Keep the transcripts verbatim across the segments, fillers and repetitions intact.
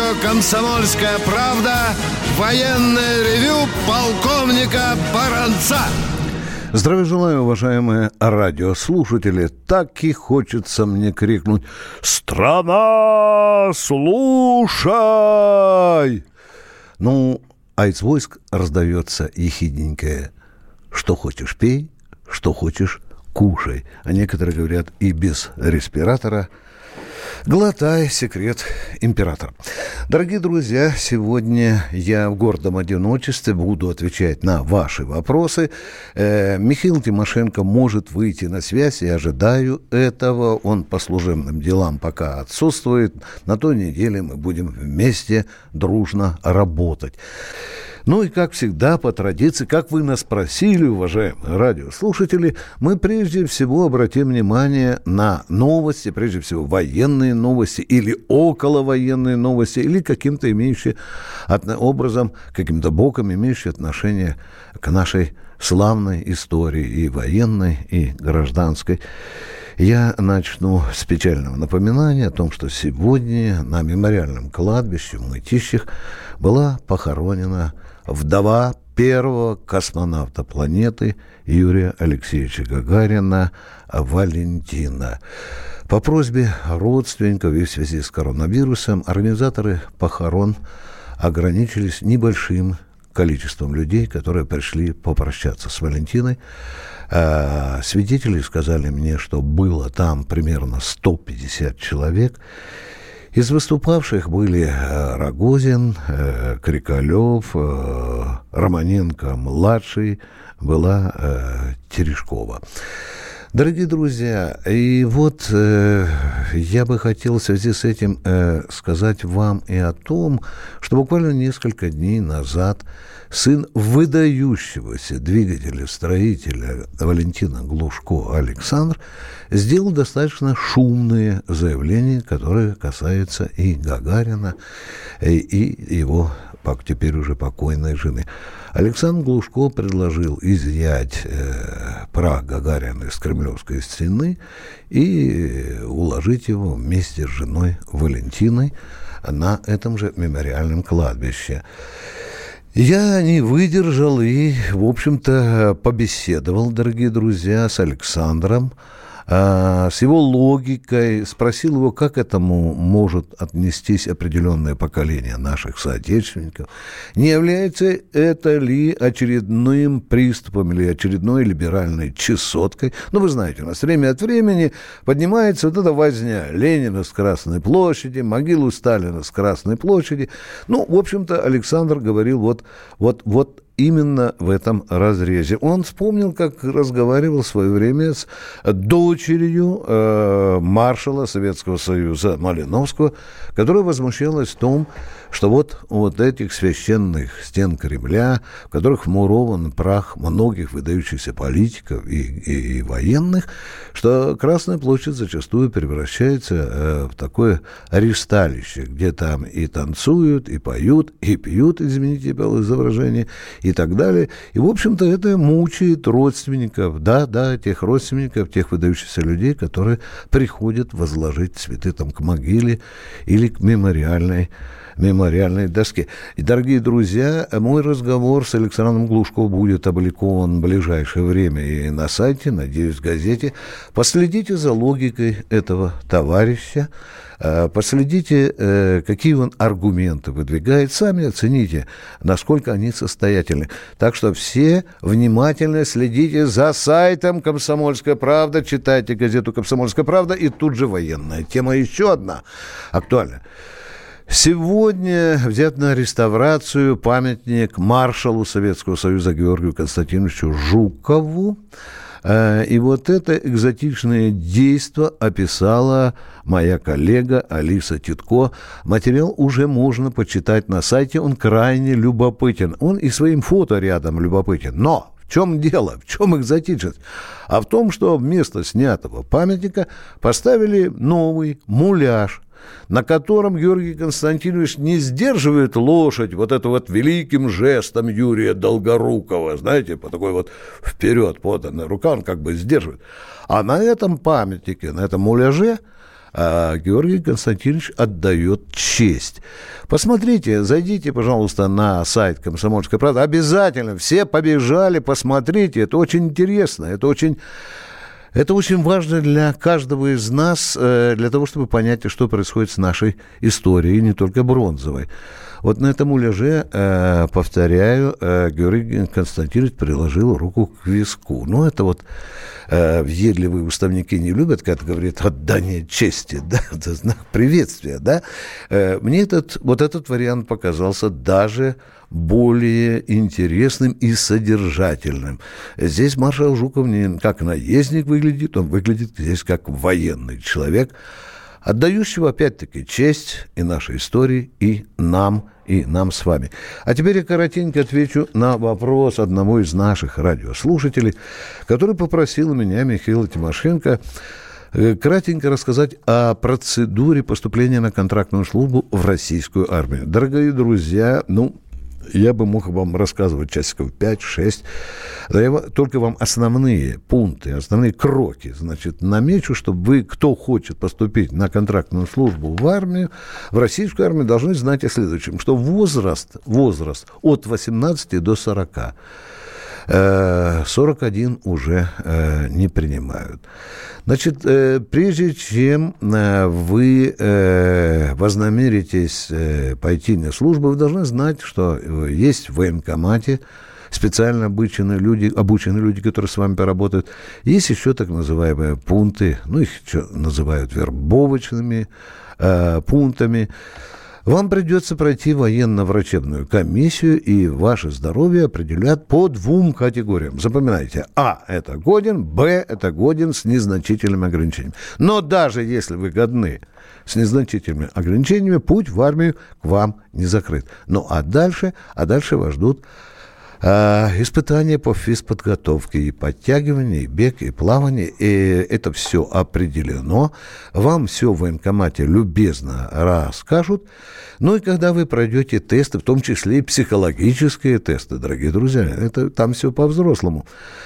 «Комсомольская правда». Военное ревю полковника Баранца. Здравия желаю, уважаемые радиослушатели. Так и хочется мне крикнуть: «Страна, слушай!» Ну, а из войск раздается ехидненькое: «Что хочешь, пей, что хочешь, кушай». А некоторые говорят и без респиратора: «Глотай секрет императора». Дорогие друзья, сегодня я в гордом одиночестве буду отвечать на ваши вопросы. Э, Михаил Тимошенко может выйти на связь, я ожидаю этого. Он по служебным делам пока отсутствует. На той неделе мы будем вместе дружно работать. Ну и, как всегда, по традиции, как вы нас просили, уважаемые радиослушатели, мы прежде всего обратим внимание на новости, прежде всего военные новости или околовоенные новости, или каким-то имеющие образом, каким-то боком имеющие отношение к нашей славной истории и военной, и гражданской. Я начну с печального напоминания о том, что сегодня на мемориальном кладбище в Мытищах была похоронена вдова первого космонавта планеты Юрия Алексеевича Гагарина Валентина. По просьбе родственников и в связи с коронавирусом организаторы похорон ограничились небольшим количеством людей, которые пришли попрощаться с Валентиной. Свидетели сказали мне, что было там примерно сто пятьдесят человек. Из выступавших были Рогозин, Крикалев, Романенко-младший, была Терешкова. Дорогие друзья, и вот э, я бы хотел в связи с этим э, сказать вам и о том, что буквально несколько дней назад сын выдающегося двигателя-строителя Валентина Глушко Александр сделал достаточно шумные заявления, которые касаются и Гагарина, и, и его теперь уже покойной жены. Александр Глушко предложил изъять э, прах Гагарина из Кремлевской стены и уложить его вместе с женой Валентиной на этом же мемориальном кладбище. Я не выдержал и, в общем-то, побеседовал, дорогие друзья, с Александром, с его логикой, спросил его, как к этому может отнестись определенное поколение наших соотечественников. Не является это ли очередным приступом или очередной либеральной чесоткой? Ну, вы знаете, у нас время от времени поднимается вот эта возня: Ленина с Красной площади, могилу Сталина с Красной площади. Ну, в общем-то, Александр говорил вот, вот, вот, именно в этом разрезе. Он вспомнил, как разговаривал в свое время с дочерью э, маршала Советского Союза Малиновского, которая возмущалась в том, что вот, вот этих священных стен Кремля, в которых вмурован прах многих выдающихся политиков и, и, и военных, что Красная площадь зачастую превращается э, в такое аресталище, где там и танцуют, и поют, и пьют, извините, изображение, и так далее. И, в общем-то, это мучает родственников, да, да, тех родственников, тех выдающихся людей, которые приходят возложить цветы там к могиле или к мемориальной мемориальной доске. И, дорогие друзья, мой разговор с Александром Глушко будет опубликован в ближайшее время и на сайте, надеюсь, в газете. Последите за логикой этого товарища, последите, какие он аргументы выдвигает, сами оцените, насколько они состоятельны. Так что все внимательно следите за сайтом «Комсомольская правда», читайте газету «Комсомольская правда», и тут же военная тема еще одна актуальна. Сегодня взят на реставрацию памятник маршалу Советского Союза Георгию Константиновичу Жукову. И вот это экзотичное действо описала моя коллега Алиса Титко. Материал уже можно почитать на сайте, он крайне любопытен. Он и своим фото рядом любопытен. Но в чем дело, в чем экзотичность? А в том, что вместо снятого памятника поставили новый муляж, на котором Георгий Константинович не сдерживает лошадь вот это вот великим жестом Юрия Долгорукова, знаете, по такой вот вперед поданная рука, он как бы сдерживает. А на этом памятнике, на этом муляже а Георгий Константинович отдает честь. Посмотрите, зайдите, пожалуйста, на сайт «Комсомольской правды». Обязательно, все побежали, посмотрите, это очень интересно, это очень... Это очень важно для каждого из нас, для того, чтобы понять, что происходит с нашей историей, не только бронзовой. Вот на этом муляже, повторяю, Георгий Константинович приложил руку к виску. Ну, это вот въедливые уставники не любят, когда говорят «отдание чести», да, это знак приветствия, да. Мне этот, вот этот вариант показался даже более интересным и содержательным. Здесь маршал Жуков не как наездник выглядит, он выглядит здесь как военный человек, отдающего, опять-таки, честь и нашей истории, и нам, и нам с вами. А теперь я коротенько отвечу на вопрос одного из наших радиослушателей, который попросил меня, Михаила Тимошенко, кратенько рассказать о процедуре поступления на контрактную службу в российскую армию. Дорогие друзья, ну, я бы мог вам рассказывать часиков пять-шесть, да я только вам основные пункты, основные кроки, значит, намечу, чтобы вы, кто хочет поступить на контрактную службу в армию, в российскую армию, должны знать о следующем, что возраст, возраст от восемнадцати до сорока, сорок один уже не принимают. Значит, прежде чем вы вознамеритесь пойти на службу, вы должны знать, что есть в военкомате специально обученные люди, обученные люди, которые с вами поработают. Есть еще так называемые пункты, ну, их называют вербовочными пунктами. Вам придется пройти военно-врачебную комиссию, и ваше здоровье определят по двум категориям. Запоминайте, А – это годен, Б – это годен с незначительными ограничениями. Но даже если вы годны с незначительными ограничениями, путь в армию к вам не закрыт. Ну, а дальше, а дальше вас ждут испытания по физподготовке, и подтягивание, и бег, и плавание, и это все определено. Вам все в военкомате любезно расскажут. Ну и когда вы пройдете тесты, в том числе и психологические тесты, дорогие друзья, это там все по-взрослому,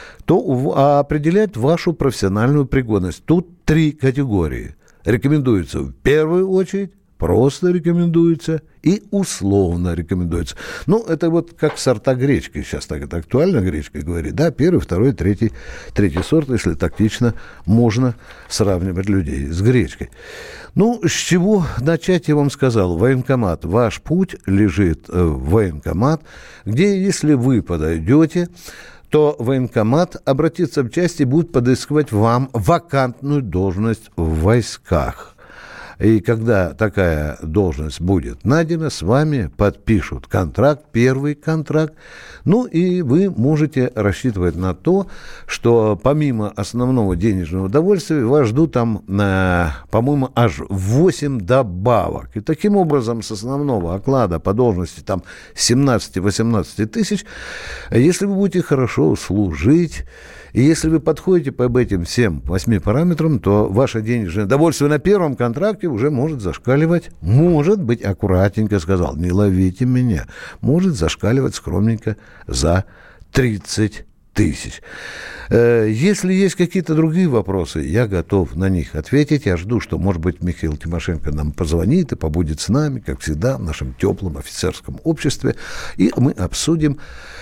то определять вашу профессиональную пригодность. Тут три категории. Рекомендуется в первую очередь, просто рекомендуется и условно рекомендуется. Ну, это вот как сорта гречки. Сейчас так это актуально, гречка говорит. Да, первый, второй, третий, третий сорт, если тактично, можно сравнивать людей с гречкой. Ну, с чего начать, я вам сказал. Военкомат. Ваш путь лежит в военкомат, где, если вы подойдете, то военкомат обратится в часть и будет подыскивать вам вакантную должность в войсках. И когда такая должность будет найдена, с вами подпишут контракт, первый контракт. Ну и вы можете рассчитывать на то, что помимо основного денежного удовольствия вас ждут там, по-моему, аж восемь добавок. И таким образом с основного оклада по должности там семнадцать-восемнадцать тысяч, если вы будете хорошо служить, и если вы подходите по этим всем восьми параметрам, то ваше денежное удовольствие на первом контракте уже может зашкаливать, может быть, аккуратненько сказал, не ловите меня, может зашкаливать скромненько за тридцать тысяч. Если есть какие-то другие вопросы, я готов на них ответить. Я жду, что, может быть, Михаил Тимошенко нам позвонит и побудет с нами, как всегда, в нашем теплом офицерском обществе, и мы обсудим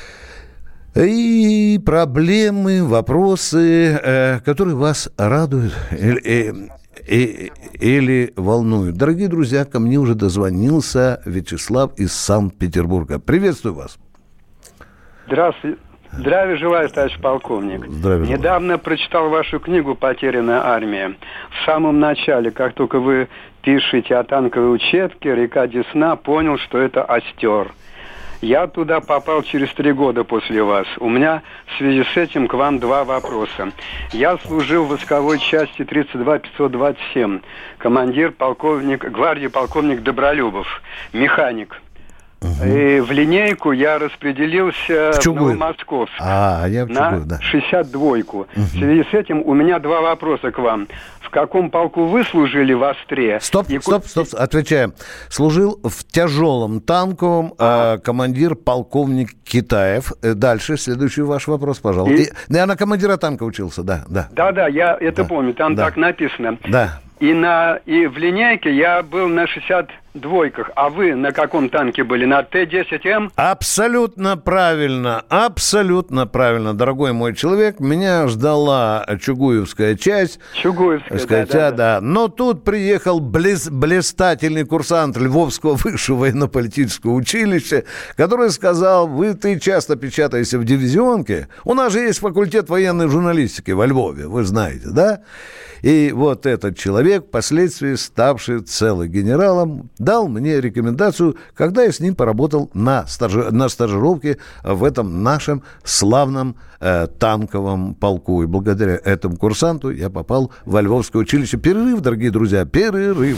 и проблемы, вопросы, э, которые вас радуют или, или, или волнуют. Дорогие друзья, ко мне уже дозвонился Вячеслав из Санкт-Петербурга. Приветствую вас. Здравствуйте. Здравия желаю, товарищ полковник. Здравия желаю. Недавно прочитал вашу книгу «Потерянная армия». В самом начале, как только вы пишете о танковой учебке, река Десна, понял, что это Остер. Я туда попал через три года после вас. У меня в связи с этим к вам два вопроса. Я служил в войсковой части тридцать два пятьсот двадцать семь. Командир полковник, гвардии полковник Добролюбов, механик. Угу. И в линейку я распределился в, в Новомосковск а, я в на Чугуев, да. шестьдесят двойку. Угу. В связи с этим у меня два вопроса к вам. В каком полку вы служили в Остре? Стоп, И... стоп, стоп, отвечаем. Служил в тяжелом танковом, э, командир полковник Китаев. Дальше, следующий ваш вопрос, пожалуйста. И... И, я на командира танка учился, да, да. Да-да, я это да. помню, там да. так написано. Да. И, на, и в линейке я был на шестьдесят двойках. А вы на каком танке были? На Т десять М? Абсолютно правильно, абсолютно правильно, дорогой мой человек. Меня ждала Чугуевская часть. Чугуевская, сказать, да, а, да, да. Но тут приехал блес, блистательный курсант Львовского высшего военно-политического училища, который сказал: вы, ты часто печатаешься в дивизионке. У нас же есть факультет военной журналистики во Львове, вы знаете, да? И вот этот человек, впоследствии ставший целым генералом, дал мне рекомендацию, когда я с ним поработал на, стажи, на стажировке в этом нашем славном э, танковом полку. И благодаря этому курсанту я попал во Львовское училище. Перерыв, дорогие друзья, перерыв.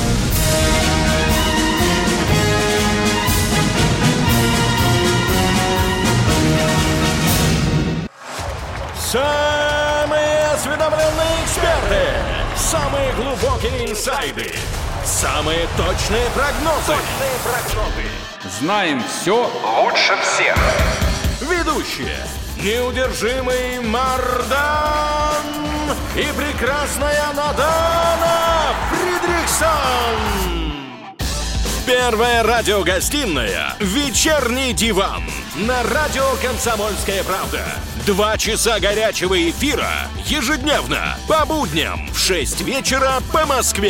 Самые осведомленные эксперты, самые глубокие инсайды, самые точные прогнозы. Точные прогнозы. Знаем все лучше всех. Ведущие: неудержимый Мардан и прекрасная Надана Фридрихсон. Первая радиогостинная «Вечерний диван» на радио «Комсомольская правда». Два часа горячего эфира ежедневно по будням в шесть вечера по Москве.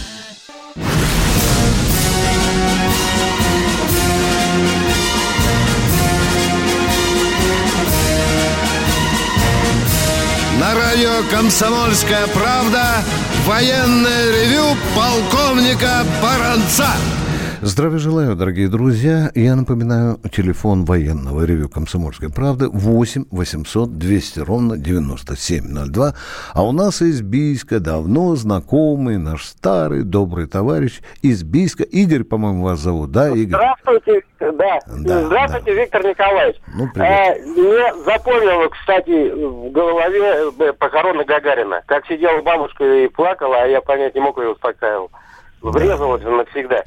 На радио «Комсомольская правда» военное ревю полковника Баранца. Здравия желаю, дорогие друзья. Я напоминаю, телефон военного ревю «Комсомольской правды» восемь восемьсот двести ровно девяносто семь ноль два. А у нас из Бийска давно знакомый наш старый добрый товарищ из Бийска. Игорь, по-моему, вас зовут, да, Игорь? Здравствуйте, да. Да, Здравствуйте, да. Виктор Николаевич. Ну, привет. Э, мне запомнило, кстати, в голове э, похороны Гагарина. Как сидела бабушка и плакала, а я понять не мог, ее успокаивал. Врезалось же навсегда.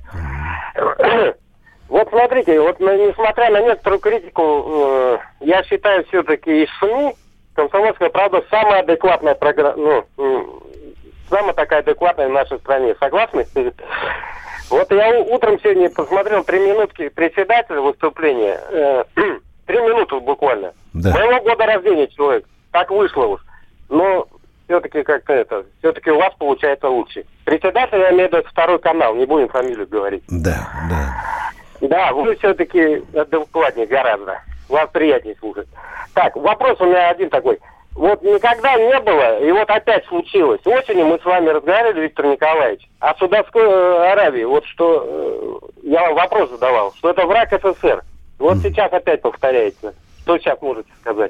Вот смотрите, вот несмотря на некоторую критику, э, я считаю все-таки из СМИ «Комсомольская правда» самая адекватная программа, ну, э, самая такая адекватная в нашей стране. Согласны? Вот я утром сегодня посмотрел три минутки председателя выступления. Э, три минуты буквально. Да. Моего года рождения человек. Так вышло уж. Но все-таки как-то это, все-таки у вас получается лучше. Председатель, я имею в виду второй канал, не будем фамилию говорить. Да, да. Да, вы все-таки адекватнее гораздо. Вас приятнее слушать. Так, вопрос у меня один такой. Вот никогда не было, и вот опять случилось. Осенью мы с вами разговаривали, Виктор Николаевич, о Саудовской Аравии. Вот что, э, я вам вопрос задавал, что это враг СССР. Вот mm. сейчас опять повторяется. Что сейчас можете сказать?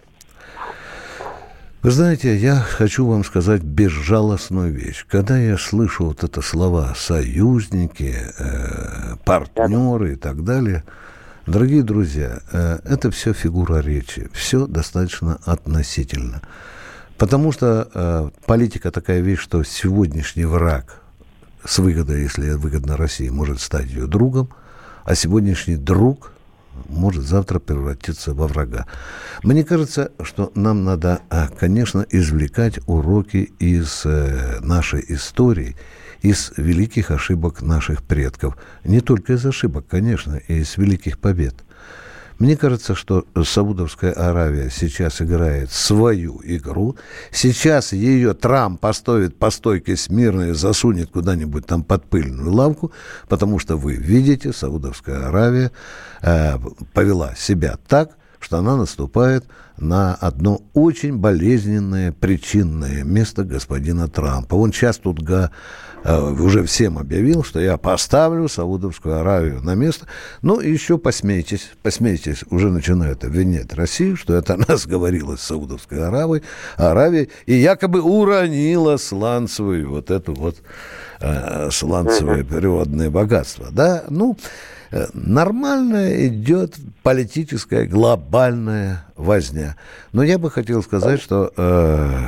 Вы знаете, я хочу вам сказать безжалостную вещь. Когда я слышу вот это слова «союзники», э, «партнеры» и так далее, дорогие друзья, э, это все фигура речи, все достаточно относительно. Потому что э, политика такая вещь, что сегодняшний враг с выгодой, если выгодно России, может стать ее другом, а сегодняшний друг может завтра превратиться во врага. Мне кажется, что нам надо, конечно, извлекать уроки из нашей истории, из великих ошибок наших предков. Не только из ошибок, конечно, и из великих побед. Мне кажется, что Саудовская Аравия сейчас играет свою игру. Сейчас ее Трамп поставит по стойке смирно и засунет куда-нибудь там под пыльную лавку, потому что вы видите, Саудовская Аравия э, повела себя так, что она наступает на одно очень болезненное причинное место господина Трампа. Он сейчас тут га, э, уже всем объявил, что я поставлю Саудовскую Аравию на место. Ну, и еще посмейтесь, посмейтесь, уже начинают обвинять Россию, что это она сговорилась с Саудовской Аравией, Аравией и якобы уронила сланцевую вот эту вот э, сланцевое природное богатство. Да, ну... Нормально идет политическая глобальная возня. Но я бы хотел сказать, что э,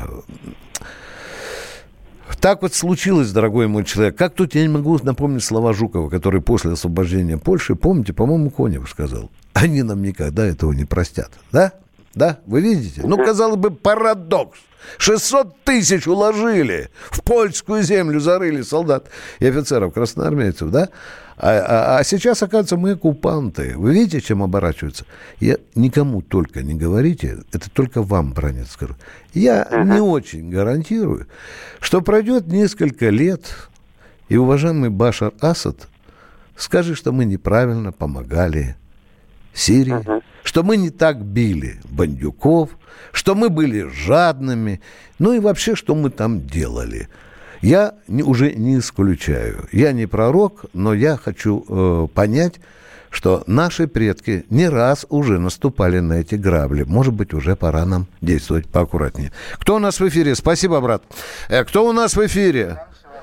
так вот случилось, дорогой мой человек. Как тут я не могу напомнить слова Жукова, который после освобождения Польши, помните, по-моему, Конев сказал, они нам никогда этого не простят. Да? Да, вы видите? Ну, казалось бы, парадокс. шестьсот тысяч уложили, в польскую землю зарыли солдат и офицеров, красноармейцев, да? А, а, а сейчас, оказывается, мы оккупанты. Вы видите, чем оборачиваются? Я никому только не говорите, это только вам, бранец, скажу. Я uh-huh. не очень гарантирую, что пройдет несколько лет, и уважаемый Башар Асад скажет, что мы неправильно помогали Сирии, uh-huh. что мы не так били бандюков, что мы были жадными, ну и вообще, что мы там делали. Я не, уже не исключаю. Я не пророк, но я хочу э, понять, что наши предки не раз уже наступали на эти грабли. Может быть, уже пора нам действовать поаккуратнее. Кто у нас в эфире? Спасибо, брат. Э, кто у нас в эфире?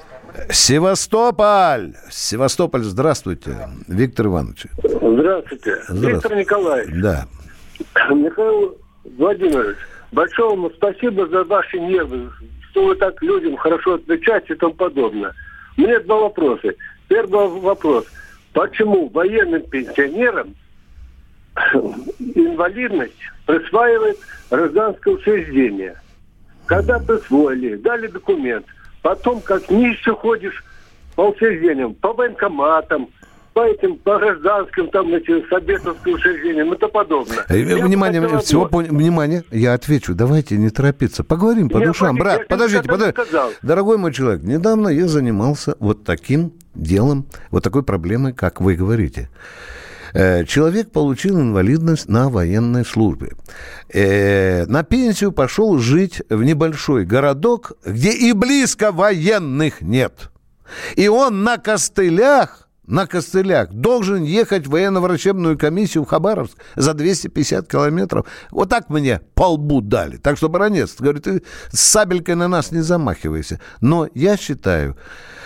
Севастополь. Севастополь, здравствуйте. Виктор Иванович. Здравствуйте. Здравствуйте. Виктор Николаевич. Да. Михаил Владимирович, большое вам спасибо за ваши нервы, что вы так людям хорошо отвечаете и тому подобное. У меня два вопроса. Первый вопрос. Почему военным пенсионерам инвалидность присваивает гражданское учреждение? Когда присвоили, дали документ, потом как ниже ходишь по учреждениям, по военкоматам, по этим, по гражданским, там, эти, советским учреждениям и тому подобное. Внимание, всего пон... внимание, я отвечу, давайте не торопиться, поговорим по я душам. Брат, я подождите, подождите. Дорогой мой человек, недавно я занимался вот таким делом, вот такой проблемой, как вы говорите. Человек получил инвалидность на военной службе. На пенсию пошел жить в небольшой городок, где и близко военных нет. И он на костылях, на костылях должен ехать в военно-врачебную комиссию в Хабаровск за двести пятьдесят километров. Вот так мне по лбу дали. Так что, баронец, говорит, ты с сабелькой на нас не замахивайся. Но я считаю,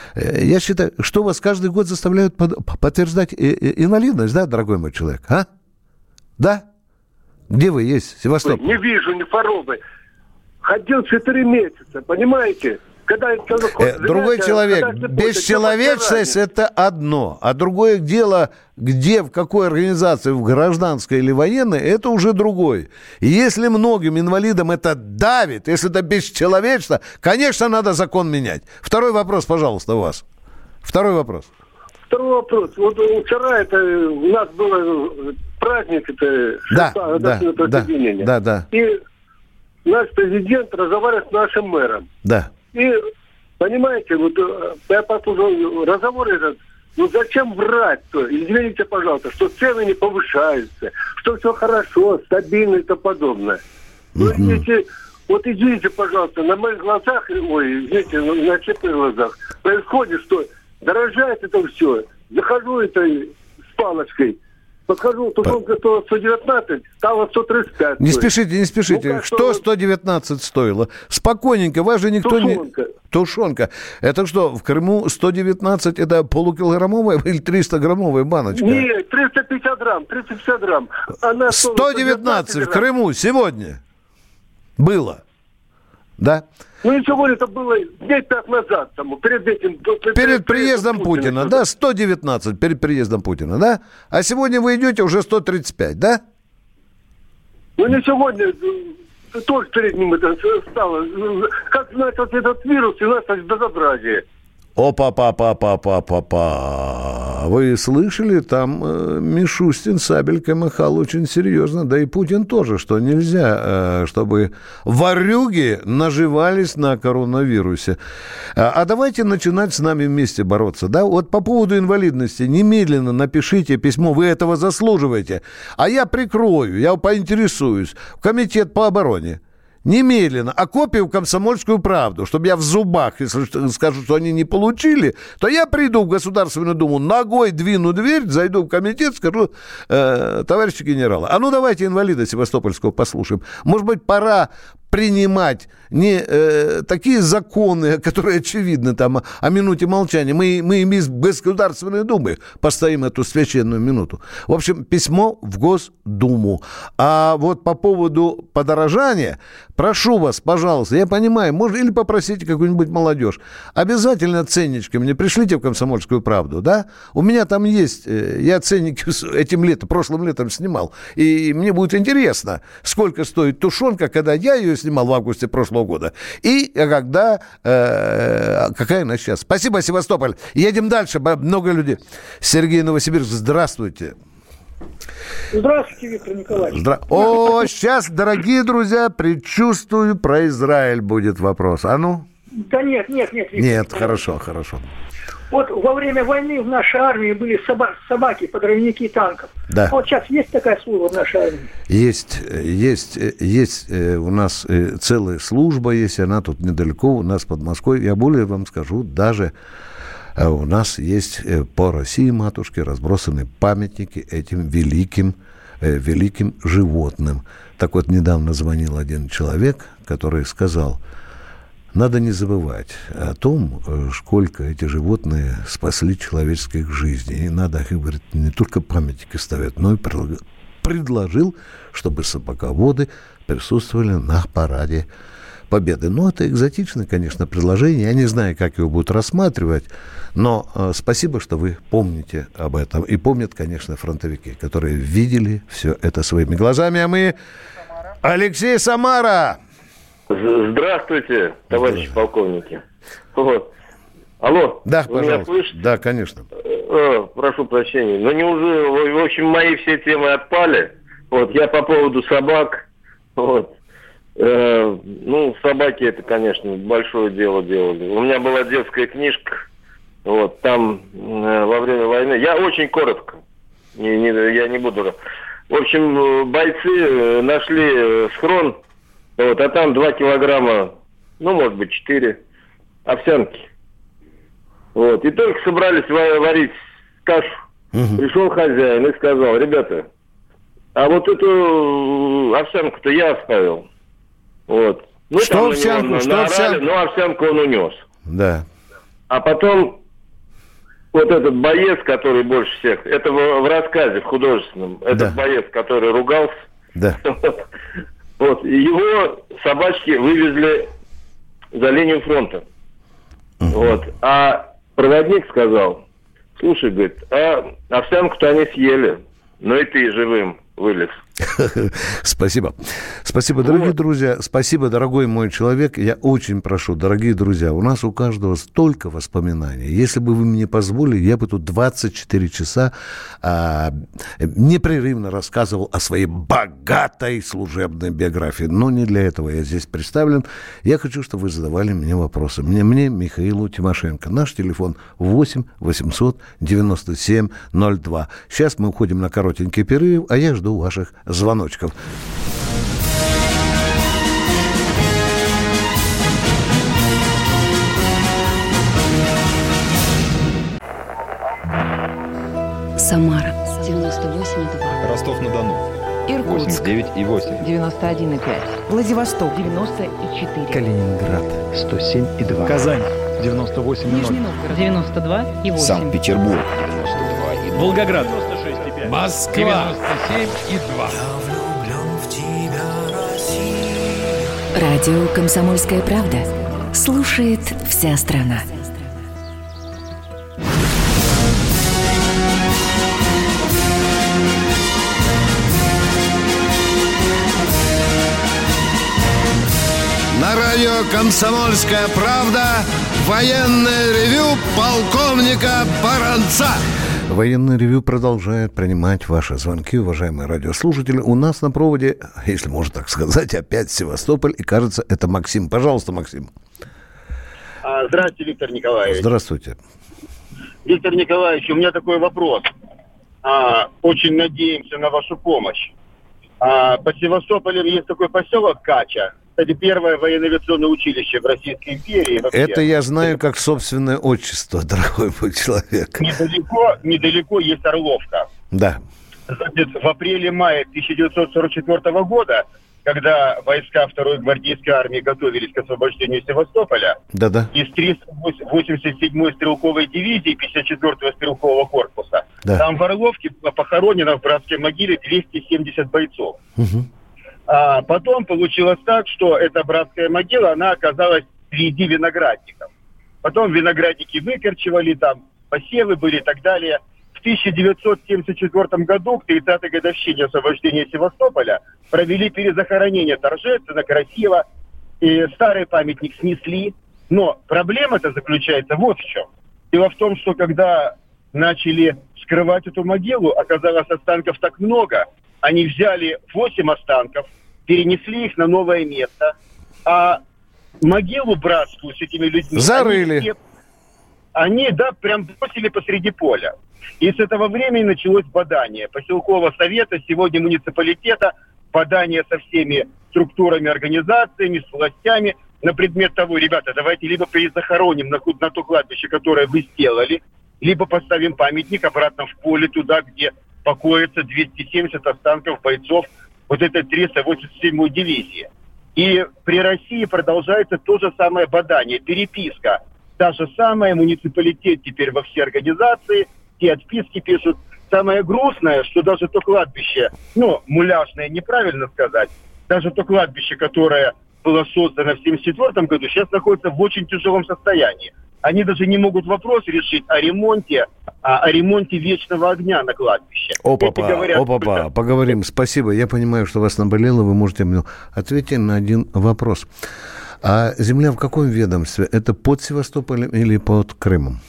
я считаю, что вас каждый год заставляют подтверждать инвалидность, да, дорогой мой человек, а? Да? Где вы есть, Севастополь? Не вижу ни хоробы. Ходил четыре месяца, понимаете? Когда э, другой человек, бесчеловечность – это одно, а другое дело, где, в какой организации, в гражданской или военной, это уже другое. И если многим инвалидам это давит, если это бесчеловечно, конечно, надо закон менять. Второй вопрос, пожалуйста, у вас. Второй вопрос. Второй вопрос. Вот вчера это у нас был праздник, это да, да, да, да, да. И наш президент разговаривает с нашим мэром. Да. И, понимаете, вот я послушал разговор этот, ну зачем врать-то? Извините, пожалуйста, что цены не повышаются, что все хорошо, стабильно и тому подобное. Ну, если, вот извините, пожалуйста, на моих глазах, ой, извините, на честных глазах, происходит, что дорожает это все. Захожу это с палочкой, подхожу, тушенка стоила сто девятнадцать, стало сто тридцать пять. Не спешите, не спешите. Ну, что сто девятнадцать стоило? Спокойненько, вас же никто тушенка. не... Тушенка. Это что, в Крыму сто девятнадцать, это полукилограммовая или триста граммовая баночка? Нет, триста пятьдесят грамм, триста пятьдесят грамм. Она сто девятнадцать в Крыму сегодня было. Да? Ну, ничего, это было дней пять назад, тому, перед этим... Перед, перед приездом Путина, Путина, да, сто девятнадцать перед приездом Путина, да? А сегодня вы идете уже сто тридцать пять, да? Ну, не сегодня, тоже перед ним это стало. Как знать, вот этот вирус, и у нас безобразие. Опа-па-па-па-па-па-па. Вы слышали, там э, Мишустин сабелькой махал очень серьезно, да и Путин тоже, что нельзя, э, чтобы ворюги наживались на коронавирусе. А, а давайте начинать с нами вместе бороться, да? Вот по поводу инвалидности немедленно напишите письмо, вы этого заслуживаете, а я прикрою, я поинтересуюсь в Комитет по обороне. Немедленно, а копию в «Комсомольскую правду», чтобы я в зубах, если скажут, что они не получили, то я приду в Государственную Думу, ногой двину дверь, зайду в комитет, скажу, э, товарищи генералы, а ну давайте инвалида Севастопольского послушаем. Может быть, пора принимать не э, такие законы, которые очевидны там о минуте молчания. Мы, мы им из Государственной Думы поставим эту священную минуту. В общем, письмо в Госдуму. А вот по поводу подорожания, прошу вас, пожалуйста, я понимаю, может, или попросите какую-нибудь молодежь, обязательно ценнички мне пришлите в «Комсомольскую правду», да? У меня там есть, я ценники этим летом, прошлым летом снимал, и мне будет интересно, сколько стоит тушенка, когда я ее снимал в августе прошлого года, и когда, э, какая она сейчас. Спасибо, Севастополь. Едем дальше, много людей. Сергей, Новосибирск, здравствуйте. Здравствуйте, Виктор Николаевич. Здра... О, сейчас, дорогие друзья, предчувствую, про Израиль будет вопрос. А ну? Да нет, нет, нет. Виктор нет, Николаевич. хорошо, хорошо. Вот во время войны в нашей армии были соба- собаки, подрывники танков. Да. Вот сейчас есть такая служба в нашей армии? Есть, есть, есть у нас целая служба есть, она тут недалеко, у нас под Москвой. Я более вам скажу, даже у нас есть по России, матушке, разбросаны памятники этим великим, великим животным. Так вот, недавно звонил один человек, который сказал: надо не забывать о том, сколько эти животные спасли человеческих жизней. И надо, говорит, не только памятники ставить, но и предложил, чтобы собаководы присутствовали на параде Победы. Ну, это экзотичное, конечно, предложение. Я не знаю, как его будут рассматривать, но э, спасибо, что вы помните об этом. И помнят, конечно, фронтовики, которые видели все это своими глазами. А мы... Алексей, Самара! Здравствуйте, товарищи полковники. Вот. Алло, да, вы пожалуйста. Меня слышите? Да, конечно. О, прошу прощения. Но неужели, в общем, мои все темы отпали? Вот, я по поводу собак. Вот. Э, ну, собаки это, конечно, большое дело делали. У меня была детская книжка. Вот, там э, во время войны. Я очень коротко. Не, не, я не буду. В общем, бойцы нашли схрон. Вот, а там два килограмма, ну, может быть, четыре овсянки. Вот. И только собрались варить кашу. Угу. Пришел хозяин и сказал: ребята, а вот эту овсянку-то я оставил. Вот. Ну, что овсянку? Что наорали, овсянку? Ну, овсянку он унес. Да. А потом вот этот боец, который больше всех, это в, в рассказе, в художественном, этот да. боец, который ругался. Да. Вот, его собачки вывезли за линию фронта. Uh-huh. Вот, а проводник сказал: слушай, говорит, а овсянку-то они съели, но и ты живым вылез. Спасибо. Спасибо, дорогие вот. друзья. Спасибо, дорогой мой человек. Я очень прошу, дорогие друзья, у нас у каждого столько воспоминаний. Если бы вы мне позволили, я бы тут двадцать четыре часа а, непрерывно рассказывал о своей богатой служебной биографии. Но не для этого я здесь представлен. Я хочу, чтобы вы задавали мне вопросы. Мне, мне Михаилу Тимошенко. Наш телефон восемь восемьсот девяносто семь ноль два. Сейчас мы уходим на коротенький перерыв, а я жду ваших звоночков. Самара девяносто восемь и два. Ростов-на-Дону Иркутск восемьдесят девять и восемь. девяносто один и пять. Владивосток девяносто и четыре. Калининград сто семь и два. Казань девяносто восемь и ноль. Нижний Новгород девяносто два и восемь. Санкт-Петербург девяносто два и два. Волгоград девяносто шесть и пять. Москва девяносто семь и два. Радио «Комсомольская правда». Слушает вся страна. На радио «Комсомольская правда» военное ревю полковника Баранца. Военное ревю продолжает принимать ваши звонки, уважаемые радиослушатели. У нас на проводе, если можно так сказать, опять Севастополь. И, кажется, это Максим. Пожалуйста, Максим. Здравствуйте, Виктор Николаевич. Здравствуйте. Виктор Николаевич, у меня такой вопрос. А, очень надеемся на вашу помощь. А, по Севастополю есть такой поселок Кача. Кстати, первое военно-авиационное училище в Российской империи. Вообще. Это я знаю как собственное отчество, дорогой мой человек. Недалеко, недалеко есть Орловка. Да. Значит, в апреле-мае тысяча девятьсот сорок четвёртого года когда войска второй гвардейской армии готовились к освобождению Севастополя. Да-да. Из триста восемьдесят седьмой стрелковой дивизии пятьдесят четвёртого стрелкового корпуса. Да. Там в Орловке похоронено в братской могиле двести семьдесят бойцов. Угу. А потом получилось так, что эта братская могила, она оказалась среди виноградников. Потом виноградники выкорчевали, там посевы были и так далее. В тысяча девятьсот семьдесят четвёртом году, к тридцатой годовщине освобождения Севастополя, провели перезахоронение торжественно, красиво. И старый памятник снесли. Но проблема-то заключается вот в чем. Дело в том, что когда начали вскрывать эту могилу, оказалось останков так много. Они взяли восемь останков, перенесли их на новое место, а могилу братскую с этими людьми... Зарыли. Они, они, да, прям бросили посреди поля. И с этого времени началось бадание поселкового совета, сегодня муниципалитета, бадание со всеми структурами, организациями, с властями на предмет того, ребята, давайте либо перезахороним на, на то кладбище, которое вы сделали, либо поставим памятник обратно в поле туда, где покоятся двести семьдесят останков бойцов вот этой триста восемьдесят седьмой дивизии. И при России продолжается то же самое бадание, переписка. Та же самая, муниципалитет теперь во все организации, те отписки пишут. Самое грустное, что даже то кладбище, ну, муляжное, неправильно сказать, даже то кладбище, которое было создано в семьдесят четвёртом году, сейчас находится в очень тяжелом состоянии. Они даже не могут вопрос решить о ремонте, о, о ремонте вечного огня на кладбище. Опа-па, говорят, опа-па, что... поговорим. Спасибо. Я понимаю, что вас наболело, вы можете мне ответить на один вопрос. А земля в каком ведомстве? Это под Севастополем или под Крымом?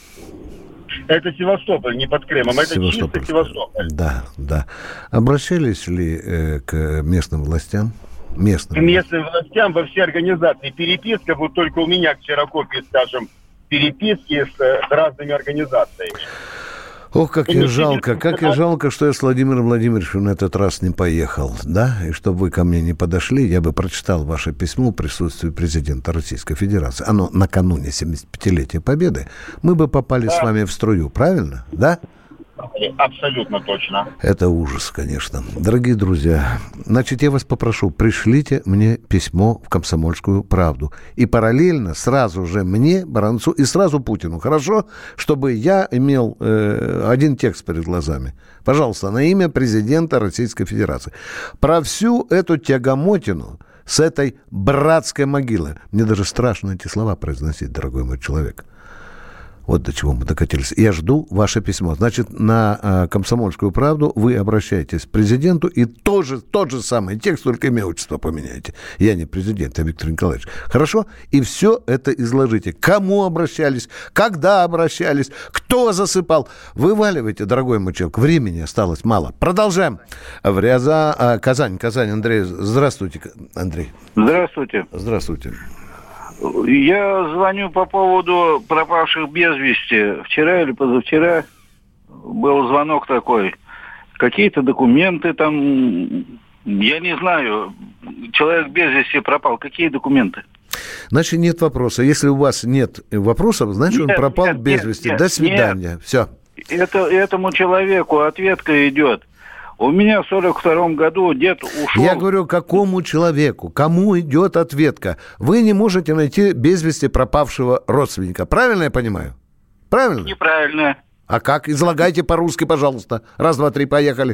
Это Севастополь, не под Крымом, это чисто Севастополь. Да, да. Обращались ли э, к местным властям? Местным. К местным властям во все организации. Переписка, вот только у меня ксерокопии, скажем, переписки с, с разными организациями. Ох, как и я жалко, как я жалко, что я с Владимиром Владимировичем на этот раз не поехал, да, и чтобы вы ко мне не подошли, я бы прочитал ваше письмо в присутствии президента Российской Федерации. Оно накануне семидесятипятилетия Победы. Мы бы попали да. с вами в струю, правильно, да? Абсолютно точно. Это ужас, конечно. Дорогие друзья, значит, я вас попрошу, пришлите мне письмо в «Комсомольскую правду». И параллельно сразу же мне, Баранцу, и сразу Путину. Хорошо? Чтобы я имел э, один текст перед глазами. Пожалуйста, на имя президента Российской Федерации. Про всю эту тягомотину с этой братской могилы. Мне даже страшно эти слова произносить, дорогой мой человек. Вот до чего мы докатились. Я жду ваше письмо. Значит, на э, «Комсомольскую правду» вы обращаетесь к президенту и тоже, тот же самый текст, только имя, отчество поменяете. Я не президент, я Виктор Николаевич. Хорошо? И все это изложите. Кому обращались, когда обращались, кто засыпал. Вываливайте, дорогой мой человек. Времени осталось мало. Продолжаем. В Ряза... а, Казань, Казань, Андрей. Здравствуйте, Андрей. Здравствуйте. Здравствуйте. Я звоню по поводу пропавших без вести. Вчера или позавчера был звонок такой. Какие-то документы там, я не знаю. Человек без вести пропал. Какие документы? Значит, нет вопроса. Если у вас нет вопросов, значит, нет, он пропал нет, без вести. Нет, До свидания. Нет. Все. Это, этому человеку ответка идет. У меня в сорок втором году дед ушел... Я говорю, какому человеку? Кому идет ответка? Вы не можете найти без вести пропавшего родственника. Правильно я понимаю? Правильно? Неправильно. А как? Излагайте по-русски, пожалуйста. Раз, два, три, поехали.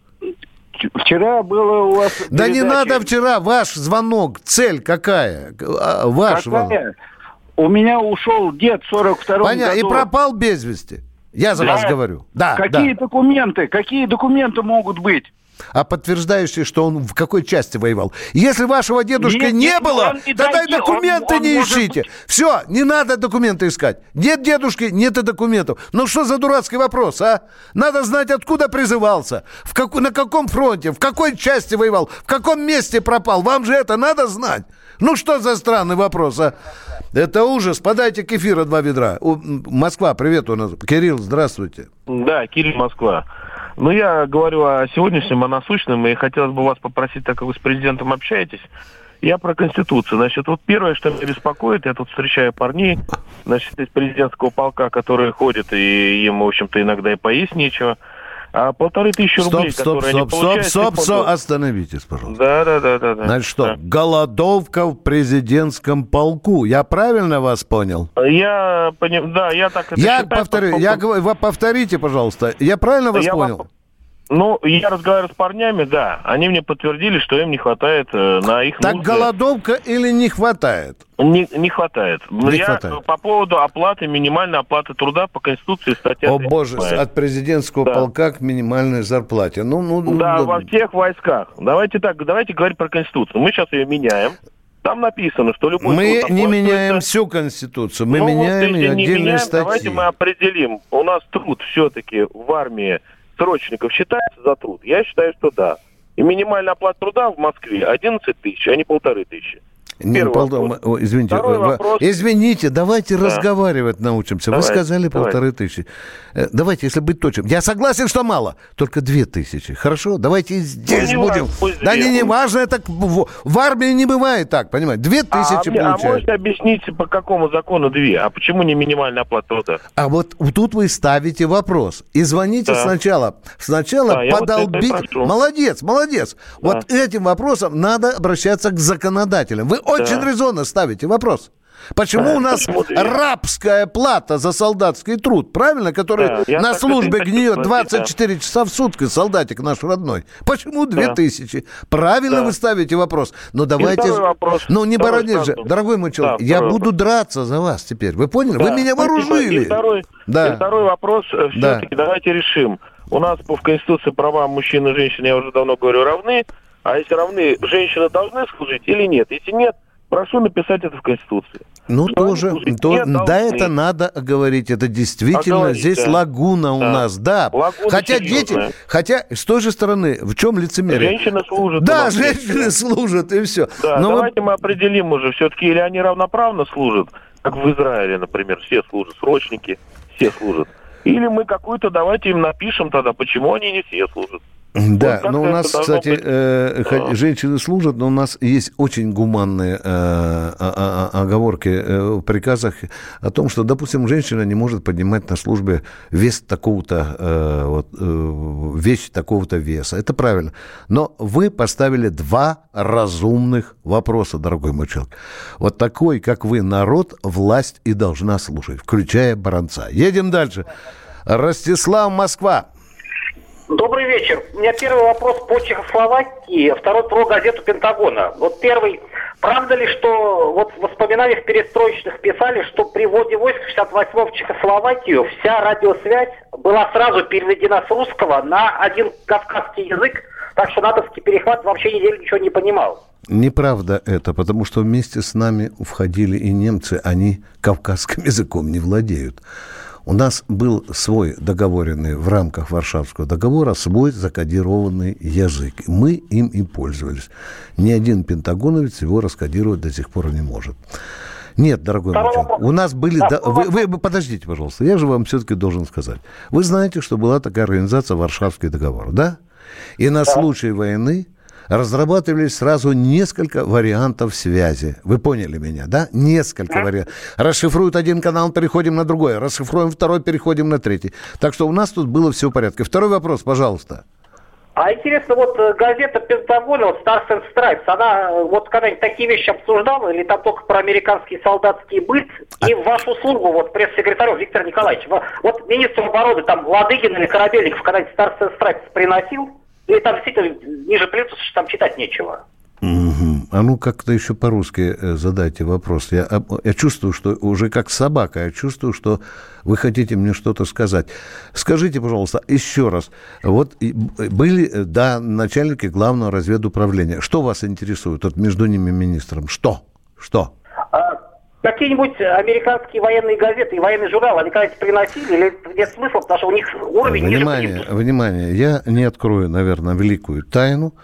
Вчера было у вас... Да передача... не надо вчера. Ваш звонок. Цель какая? Ваш какая? звонок. У меня ушел дед в сорок втором Понятно. году. И пропал без вести. Я за да. вас говорю. Да, Какие да. документы? Какие документы могут быть? А подтверждающие, что он в какой части воевал? Если вашего дедушки нет, не нет, было, не тогда дойти. и документы он, он не может... ищите. Все, не надо документы искать. Нет дедушки, нет и документов. Ну что за дурацкий вопрос, а? Надо знать, откуда призывался, в как... на каком фронте, в какой части воевал, в каком месте пропал. Вам же это надо знать. Ну что за странный вопрос, а? Это ужас. Подайте кефира два ведра. Москва, привет у нас. Кирилл, здравствуйте. Да, Кирилл, Москва. Ну, я говорю о сегодняшнем, о насущном, и хотелось бы вас попросить, так как вы с президентом общаетесь, я про Конституцию. Значит, вот первое, что меня беспокоит, я тут встречаю парней, значит, из президентского полка, которые ходят, и им, в общем-то, иногда и поесть нечего. А полторы тысячи рублей, стоп, которые стоп, они стоп, получают... стоп, стоп, стоп, остановитесь, пожалуйста. Да, да, да, да, да. Значит что, да. голодовка в президентском полку. Я правильно вас понял? Я понял, да, я так это я считаю. Повторю, поскольку... я говорю, вы повторите, пожалуйста. Я правильно вас я понял? Вам... Ну, я разговариваю с парнями, да. Они мне подтвердили, что им не хватает э, на их Так нужды. голодовка или не хватает? Не, не хватает. Не я хватает. По поводу оплаты, минимальной оплаты труда по Конституции, статья О боже, от президентского да. полка к минимальной зарплате. Ну, ну, да, ну, во всех войсках. Давайте так, давайте говорить про Конституцию. Мы сейчас ее меняем. Там написано, что любой... Мы не труд меняем всю Конституцию, мы ну, меняем вот, и не отдельные меняем, статьи. Давайте мы определим. У нас труд все-таки в армии срочников считается за труд? Я считаю, что да. И минимальная оплата труда в Москве одиннадцать тысяч, а не полторы тысячи. Не, пол... О, извините, вопрос... извините, давайте да. разговаривать научимся. Давай, Вы сказали давай. полторы тысячи. Давайте, если быть точным. Я согласен, что мало. Только две тысячи. Хорошо? Давайте здесь ну, будем. Важно, да не, не важно, это в, в армии не бывает так, понимаете? Две тысячи а, получают. А можете объяснить, по какому закону две? А почему не минимальная оплата труда? А вот тут вы ставите вопрос. И звоните да. сначала. Сначала да, подолбить. Вот молодец, молодец. Да. Вот этим вопросом надо обращаться к законодателям. Вы да. очень резонно ставите вопрос. Почему да, у нас рабская плата за солдатский труд, правильно, который да, на службе гниет двадцать четыре да. часа в сутки, солдатик наш родной? Почему две тысячи? Да. Правильно да. вы ставите вопрос. Но давайте... Вопрос. Ну, не бородись же. Дорогой мой человек, да, я буду вопрос. драться за вас теперь. Вы поняли? Да. Вы меня вооружили. И второй, да. и второй вопрос. Все-таки да. давайте решим. У нас в Конституции права мужчин и женщин, я уже давно говорю, равны. А если равны, женщины должны служить или нет? Если нет, прошу написать это в Конституции. Ну, что тоже, то, да, это надо говорить. Это действительно, говорить, здесь да. лагуна да. у нас, да. Лагуна хотя серьезная. Дети, хотя с той же стороны, в чем лицемерие? Женщины служат. Да, женщины служат, и все. Да, Но давайте мы... мы определим уже, все-таки, или они равноправно служат, как в Израиле, например, все служат, срочники, все служат. Или мы какую-то, давайте им напишем тогда, почему они не все служат. Да, вот но у нас, кстати, э, а. женщины служат, но у нас есть очень гуманные э, оговорки э, в приказах о том, что, допустим, женщина не может поднимать на службе вес такого-то, э, вот, э, вещь такого-то веса. Это правильно. Но вы поставили два разумных вопроса, дорогой мой человек. Вот такой, как вы, народ, власть и должна слушать, включая Баранца. Едем дальше. Ростислав, Москва. Добрый вечер. У меня первый вопрос по Чехословакии, а второй про газету Пентагона. Вот первый. Правда ли, что вот в воспоминаниях перестроечных писали, что при вводе войск в шестьдесят восьмом в Чехословакию вся радиосвязь была сразу переведена с русского на один кавказский язык, так что натовский перехват вообще неделю ничего не понимал? Неправда это, потому что вместе с нами входили и немцы, они кавказским языком не владеют. У нас был свой договоренный в рамках Варшавского договора, свой закодированный язык. Мы им и пользовались. Ни один пентагоновец его раскодировать до сих пор не может. Нет, дорогой мой человек, у нас были... Да, вы, вы, вы подождите, пожалуйста, я же вам все-таки должен сказать. Вы знаете, что была такая организация Варшавский договор, да? И на да. случай войны разрабатывались сразу несколько вариантов связи. Вы поняли меня, да? Несколько да. вариантов. Расшифруют один канал, переходим на другой. Расшифруем второй, переходим на третий. Так что у нас тут было все в порядке. Второй вопрос, пожалуйста. А интересно, вот газета Пентагона, вот Stars and Stripes, она вот когда-нибудь такие вещи обсуждала, или там только про американский солдатский быт? И в вашу службу, вот пресс-секретарю Виктор Николаевич, вот министр обороны, там, Ладыгин или Корабельников, когда-нибудь Stars and Stripes приносил? Или там действительно ниже плинтуса, что там читать нечего? Угу. А ну как-то еще по-русски задайте вопрос. Я, я чувствую, что уже как собака, я чувствую, что вы хотите мне что-то сказать. Скажите, пожалуйста, еще раз. Вот были, да, начальники главного разведуправления. Что вас интересует вот между ними министром? Что? Что? Какие-нибудь американские военные газеты и военные журналы, они когда-нибудь приносили, или нет смысла, потому что у них уровень внимание, ниже. Внимание, я не открою, наверное, великую тайну.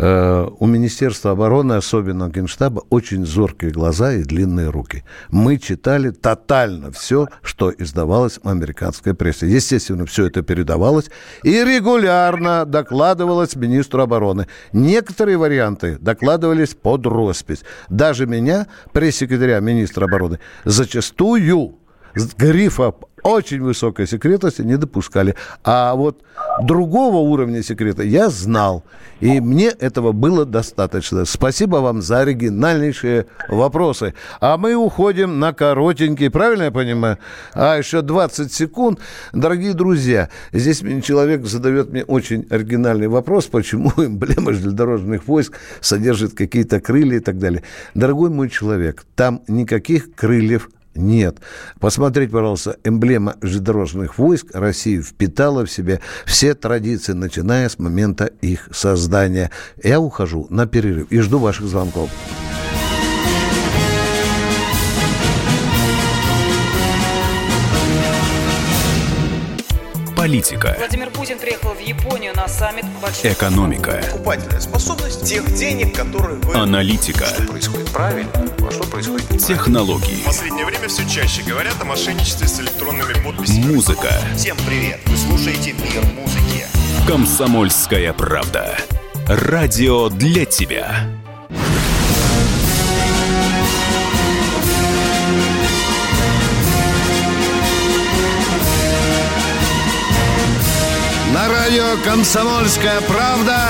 Э, у Министерства обороны, особенно Генштаба, очень зоркие глаза и длинные руки. Мы читали тотально все, что издавалось в американской прессе. Естественно, все это передавалось и регулярно докладывалось министру обороны. Некоторые варианты докладывались под роспись. Даже меня, пресс-секретаря министра обороны, зачастую грифа очень высокой секретности не допускали. А вот другого уровня секрета я знал. И мне этого было достаточно. Спасибо вам за оригинальнейшие вопросы. А мы уходим на коротенький, правильно я понимаю? А еще двадцать секунд. Дорогие друзья, здесь человек задает мне очень оригинальный вопрос, почему эмблема железнодорожных войск содержит какие-то крылья и так далее. Дорогой мой человек, там никаких крыльев нет. Посмотрите, пожалуйста, эмблема железнодорожных войск России впитала в себя все традиции, начиная с момента их создания. Я ухожу на перерыв и жду ваших звонков. Политика. Владимир Путин приехал в Японию на саммит большой... Экономика. Покупательная способность тех денег, которые вы... Аналитика. Что происходит правильно, а что происходит неправильно. Технологии. В последнее время все чаще говорят о мошенничестве с электронными подписями. Музыка. Всем привет, вы слушаете «Мир музыки». Комсомольская правда. Радио для тебя. На радио «Комсомольская правда»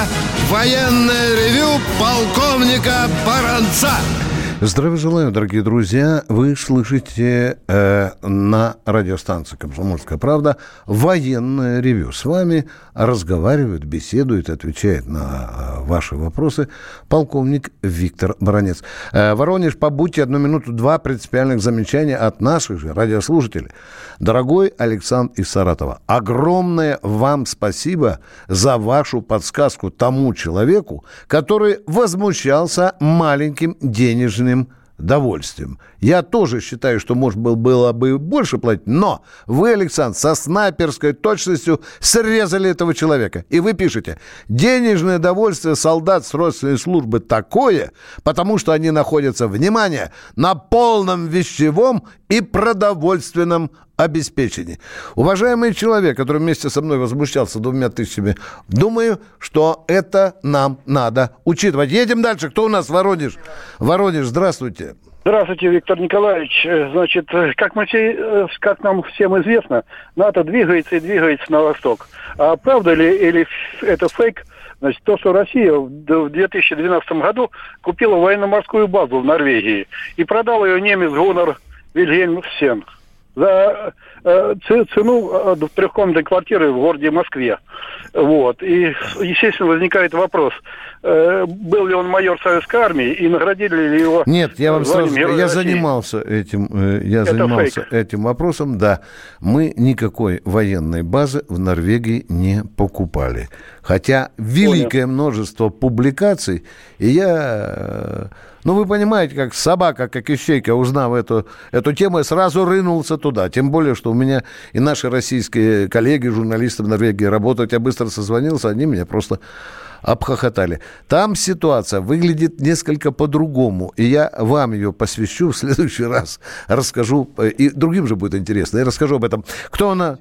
военное ревю полковника Баранца. Здравия желаю, дорогие друзья. Вы слышите э, на радиостанции «Комсомольская правда» военное ревю. С вами разговаривает, беседует, отвечает на э, ваши вопросы полковник Виктор Баранец. Э, Воронеж, побудьте одну минуту, два принципиальных замечания от наших же радиослушателей. Дорогой Александр из Саратова, огромное вам спасибо за вашу подсказку тому человеку, который возмущался маленьким денежным довольствием. Я тоже считаю, что, может, было бы больше платить, но вы, Александр, со снайперской точностью срезали этого человека. И вы пишете: денежное довольствие солдат срочной службы такое, потому что они находятся, внимание, на полном вещевом и продовольственном обеспечении. Уважаемый человек, который вместе со мной возмущался двумя тысячами, думаю, что это нам надо учитывать. Едем дальше. Кто у нас? Воронеж. Воронеж, здравствуйте. Здравствуйте, Виктор Николаевич. Значит, как, мы все, как нам всем известно, НАТО двигается и двигается на восток. А правда ли или это фейк? Значит, то, что Россия в две тысячи двенадцатом году купила военно-морскую базу в Норвегии и продал ее немец Гуннар Вильгельмсен за э, цену э, трехкомнатной квартиры в городе Москве. Вот. И, естественно, возникает вопрос, э, был ли он майор Советской армии и наградили ли его... Нет, я вам сразу скажу, я занимался этим, э, я Это занимался фейк. этим вопросом, да. Мы никакой военной базы в Норвегии не покупали. Хотя великое Понял. множество публикаций, и я... Ну, вы понимаете, как собака, как ищейка, узнав эту, эту тему, сразу рынулся туда. Тем более, что у меня и наши российские коллеги, журналисты в Норвегии работают. Я быстро созвонился, они меня просто обхохотали. Там ситуация выглядит несколько по-другому. И я вам ее посвящу в следующий раз. Расскажу. И другим же будет интересно. Я расскажу об этом. Кто она?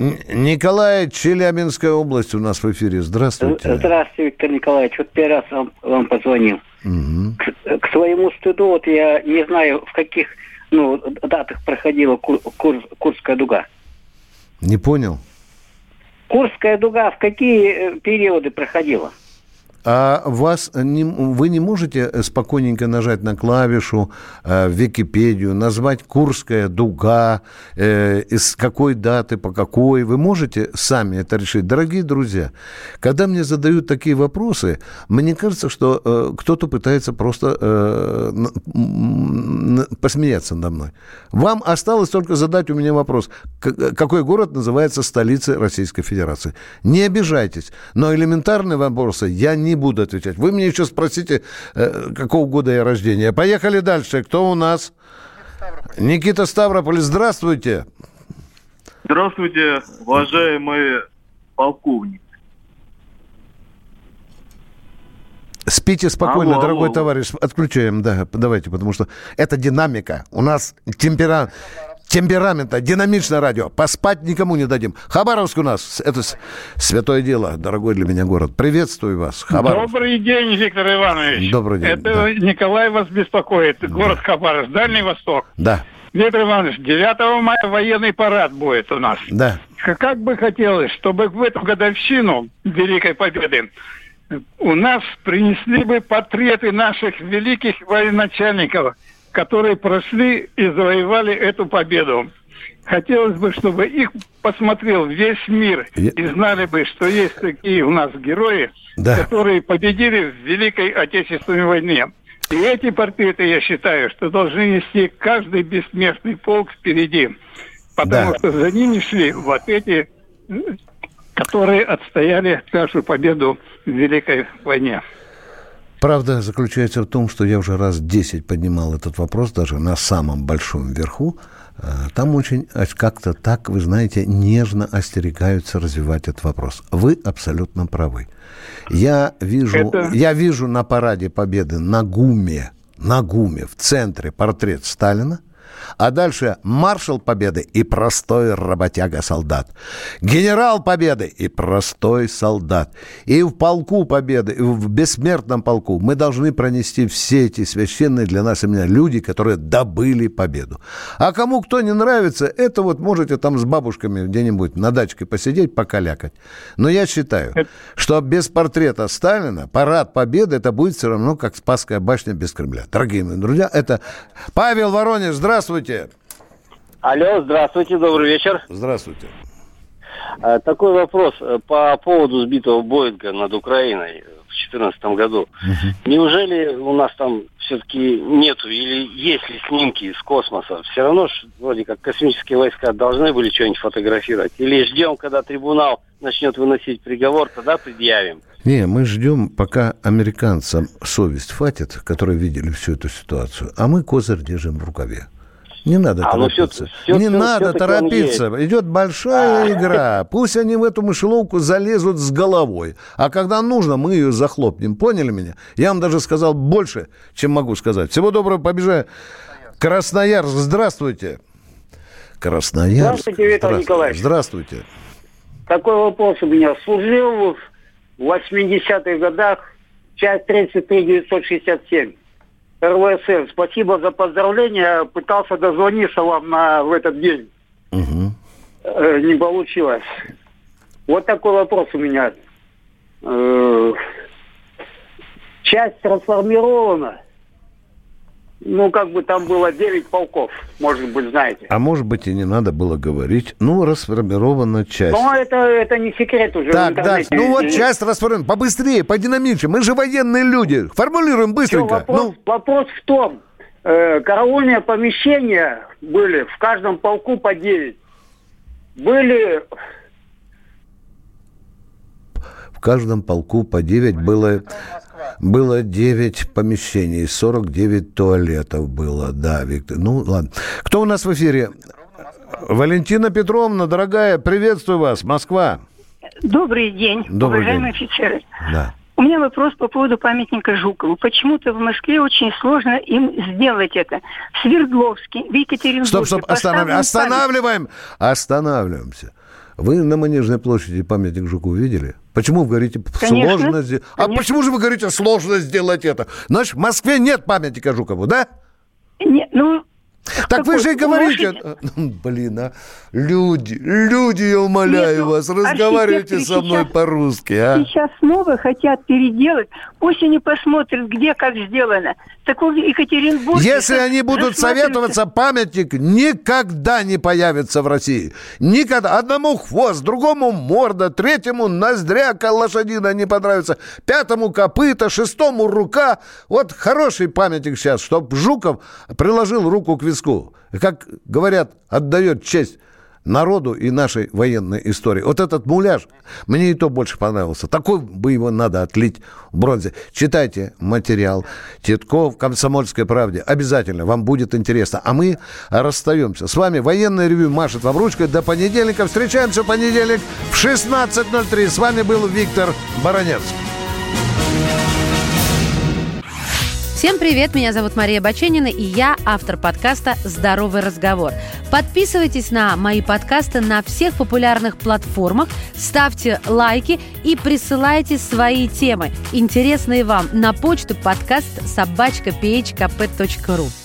Николай, Челябинская область у нас в эфире. Здравствуйте. Здравствуйте, Виктор Николаевич. Вот первый раз вам, вам позвонил. Угу. К, к своему стыду, вот я не знаю, в каких ну, датах проходила Кур, Кур, Курская дуга. Не понял. Курская дуга в какие периоды проходила? А вас не, вы не можете спокойненько нажать на клавишу э, в Википедию, назвать Курская дуга, э, из какой даты, по какой? Вы можете сами это решить? Дорогие друзья, когда мне задают такие вопросы, мне кажется, что э, кто-то пытается просто э, посмеяться надо мной. Вам осталось только задать у меня вопрос. Какой город называется столицей Российской Федерации? Не обижайтесь, но элементарные вопросы я не Не буду отвечать. Вы мне еще спросите, э, какого года я рождения. Поехали дальше. Кто у нас? Ставрополь. Никита Ставрополь. Здравствуйте. Здравствуйте, уважаемые полковники. Спите спокойно, алло, дорогой алло. товарищ. Отключаем, да, давайте, потому что это динамика. У нас темперамент. Темперамента, динамичное радио. Поспать никому не дадим. Хабаровск у нас. Это святое дело, дорогой для меня город. Приветствую вас, Хабаровск. Добрый день, Виктор Иванович. Добрый день. Это да. Николай вас беспокоит. Город да. Хабаровск, Дальний Восток. Да. Виктор Иванович, девятого мая военный парад будет у нас. Да. Как бы хотелось, чтобы в эту годовщину Великой Победы у нас принесли бы портреты наших великих военачальников, которые прошли и завоевали эту победу. Хотелось бы, чтобы их посмотрел весь мир Я... и знали бы, что есть такие у нас герои, да. которые победили в Великой Отечественной войне. И эти портреты, я считаю, что должны нести каждый бессмертный полк впереди. Потому да. что за ними шли вот эти, которые отстояли нашу победу в Великой войне. Правда заключается в том, что я уже раз десять поднимал этот вопрос, даже на самом большом верху. Там очень как-то так, вы знаете, нежно остерегаются развивать этот вопрос. Вы абсолютно правы. Я вижу, Это... я вижу на параде Победы на ГУМе, на ГУМе в центре портрет Сталина, а дальше маршал Победы и простой работяга-солдат. Генерал Победы и простой солдат. И в полку Победы, и в бессмертном полку мы должны пронести все эти священные для нас имена люди, которые добыли победу. А кому кто не нравится, это вот можете там с бабушками где-нибудь на дачке посидеть, покалякать. Но я считаю, что без портрета Сталина парад Победы это будет все равно как Спасская башня без Кремля. Дорогие мои друзья, это Павел Воронеж, здравствуйте. Здравствуйте. Алло, здравствуйте, добрый вечер. Здравствуйте. А, такой вопрос по поводу сбитого Боинга над Украиной в две тысячи четырнадцатом году. Угу. Неужели у нас там все-таки нету, или есть ли снимки с космоса? Все равно ж, вроде как космические войска должны были что-нибудь фотографировать. Или ждем, когда трибунал начнет выносить приговор, тогда предъявим? Не, мы ждем, пока американцам совесть хватит, которые видели всю эту ситуацию, а мы козырь держим в рукаве. Не надо а торопиться. Все, не все, надо торопиться. Идет большая а. игра. Пусть они в эту мышеловку залезут с головой. А когда нужно, мы ее захлопнем. Поняли меня? Я вам даже сказал больше, чем могу сказать. Всего доброго, побежаю. Красноярск, здравствуйте. Красноярск. Здравствуйте, Виктор Николаевич. Здравствуйте. Такой вопрос у меня. Служил в восьмидесятых годах, часть тридцать три девятьсот шестьдесят семь. эр вэ эс эр. Спасибо за поздравления. Пытался дозвониться вам на, в этот день. Угу. Э, не получилось. Вот такой вопрос у меня. Э, часть трансформирована. Ну, как бы там было девять полков, может быть, знаете. А может быть, и не надо было говорить. Ну, расформирована часть. Ну, это, это не секрет уже. Так, да, ну вот часть расформирована. Побыстрее, подинамичнее. Мы же военные люди. Формулируем быстренько. Вопрос, ну. вопрос в том, э, караульные помещения были в каждом полку по девять. Были... В каждом полку по девять было... Было девять помещений, сорок девять туалетов было, да, Виктор. Ну, ладно. Кто у нас в эфире? Валентина Петровна, дорогая, приветствую вас, Москва. Добрый день, Добрый уважаемые день. офицеры. Да. У меня вопрос по поводу памятника Жукову. Почему-то в Москве очень сложно им сделать это. В Свердловске, в Екатеринбурге. Стоп, стоп, останавливаем, останавливаем, останавливаемся. Вы на Манежной площади памятник Жукову видели? Почему вы говорите конечно, сложно сделать? А почему же вы говорите сложно сделать это? Значит, в Москве нет памятника Жукову, да? Нет, ну... Так вы же и говорите... Можете... Блин, а люди, люди, я умоляю Нет, вас, разговаривайте со мной сейчас, по-русски, а? Сейчас снова хотят переделать. Пусть они посмотрят, где как сделано. Так в Екатеринбурге... Если они будут советоваться, памятник никогда не появится в России. Никогда. Одному хвост, другому морда, третьему ноздряка лошадина не понравится, пятому копыта, шестому рука. Вот хороший памятник сейчас, чтоб Жуков приложил руку к виску. Как говорят, отдает честь народу и нашей военной истории. Вот этот муляж мне и то больше понравился. Такой бы его надо отлить в бронзе. Читайте материал Титков, «Комсомольской правде». Обязательно, вам будет интересно. А мы расстаемся. С вами военное ревью машет вам ручкой. До понедельника. Встречаемся в понедельник в шестнадцать ноль три. С вами был Виктор Баранец. Всем привет, меня зовут Мария Баченина, и я автор подкаста «Здоровый разговор». Подписывайтесь на мои подкасты на всех популярных платформах, ставьте лайки и присылайте свои темы, интересные вам, на почту подкаст собачка пи эйч ка пэ точка ру.